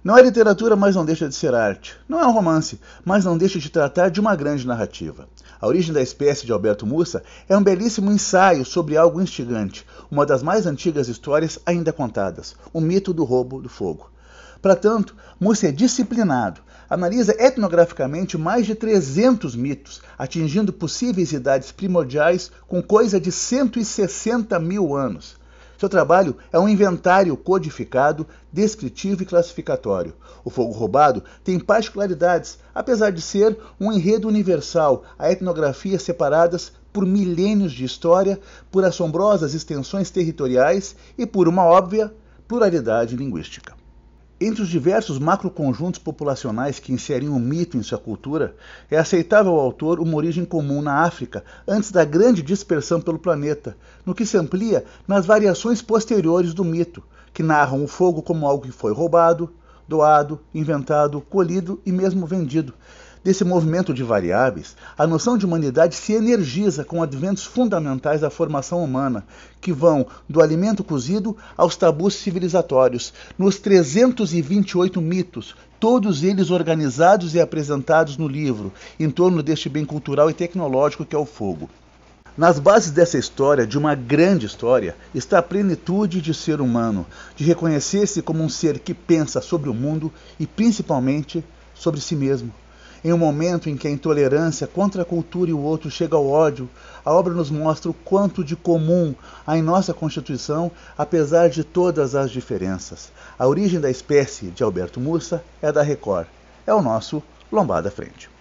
Não é literatura, mas não deixa de ser arte. Não é um romance, mas não deixa de tratar de uma grande narrativa. A Origem da Espécie, de Alberto Mussa, é um belíssimo ensaio sobre algo instigante, uma das mais antigas histórias ainda contadas, o mito do roubo do fogo. Para tanto, Mussa é disciplinado, analisa etnograficamente mais de 300 mitos, atingindo possíveis idades primordiais com coisa de 160 mil anos. Seu trabalho é um inventário codificado, descritivo e classificatório. O fogo roubado tem particularidades, apesar de ser um enredo universal, a etnografias separadas por milênios de história, por assombrosas extensões territoriais e por uma óbvia pluralidade linguística. Entre os diversos macroconjuntos populacionais que inserem o mito em sua cultura, é aceitável ao autor uma origem comum na África, antes da grande dispersão pelo planeta, no que se amplia nas variações posteriores do mito, que narram o fogo como algo que foi roubado, doado, inventado, colhido e mesmo vendido. Desse movimento de variáveis, a noção de humanidade se energiza com adventos fundamentais da formação humana, que vão do alimento cozido aos tabus civilizatórios, nos 328 mitos, todos eles organizados e apresentados no livro, em torno deste bem cultural e tecnológico que é o fogo. Nas bases dessa história, de uma grande história, está a plenitude de ser humano, de reconhecer-se como um ser que pensa sobre o mundo e principalmente sobre si mesmo. Em um momento em que a intolerância contra a cultura e o outro chega ao ódio, a obra nos mostra o quanto de comum há em nossa Constituição, apesar de todas as diferenças. A Origem da Espécie, de Alberto Mussa, é da Record. É o nosso Lombada à Frente.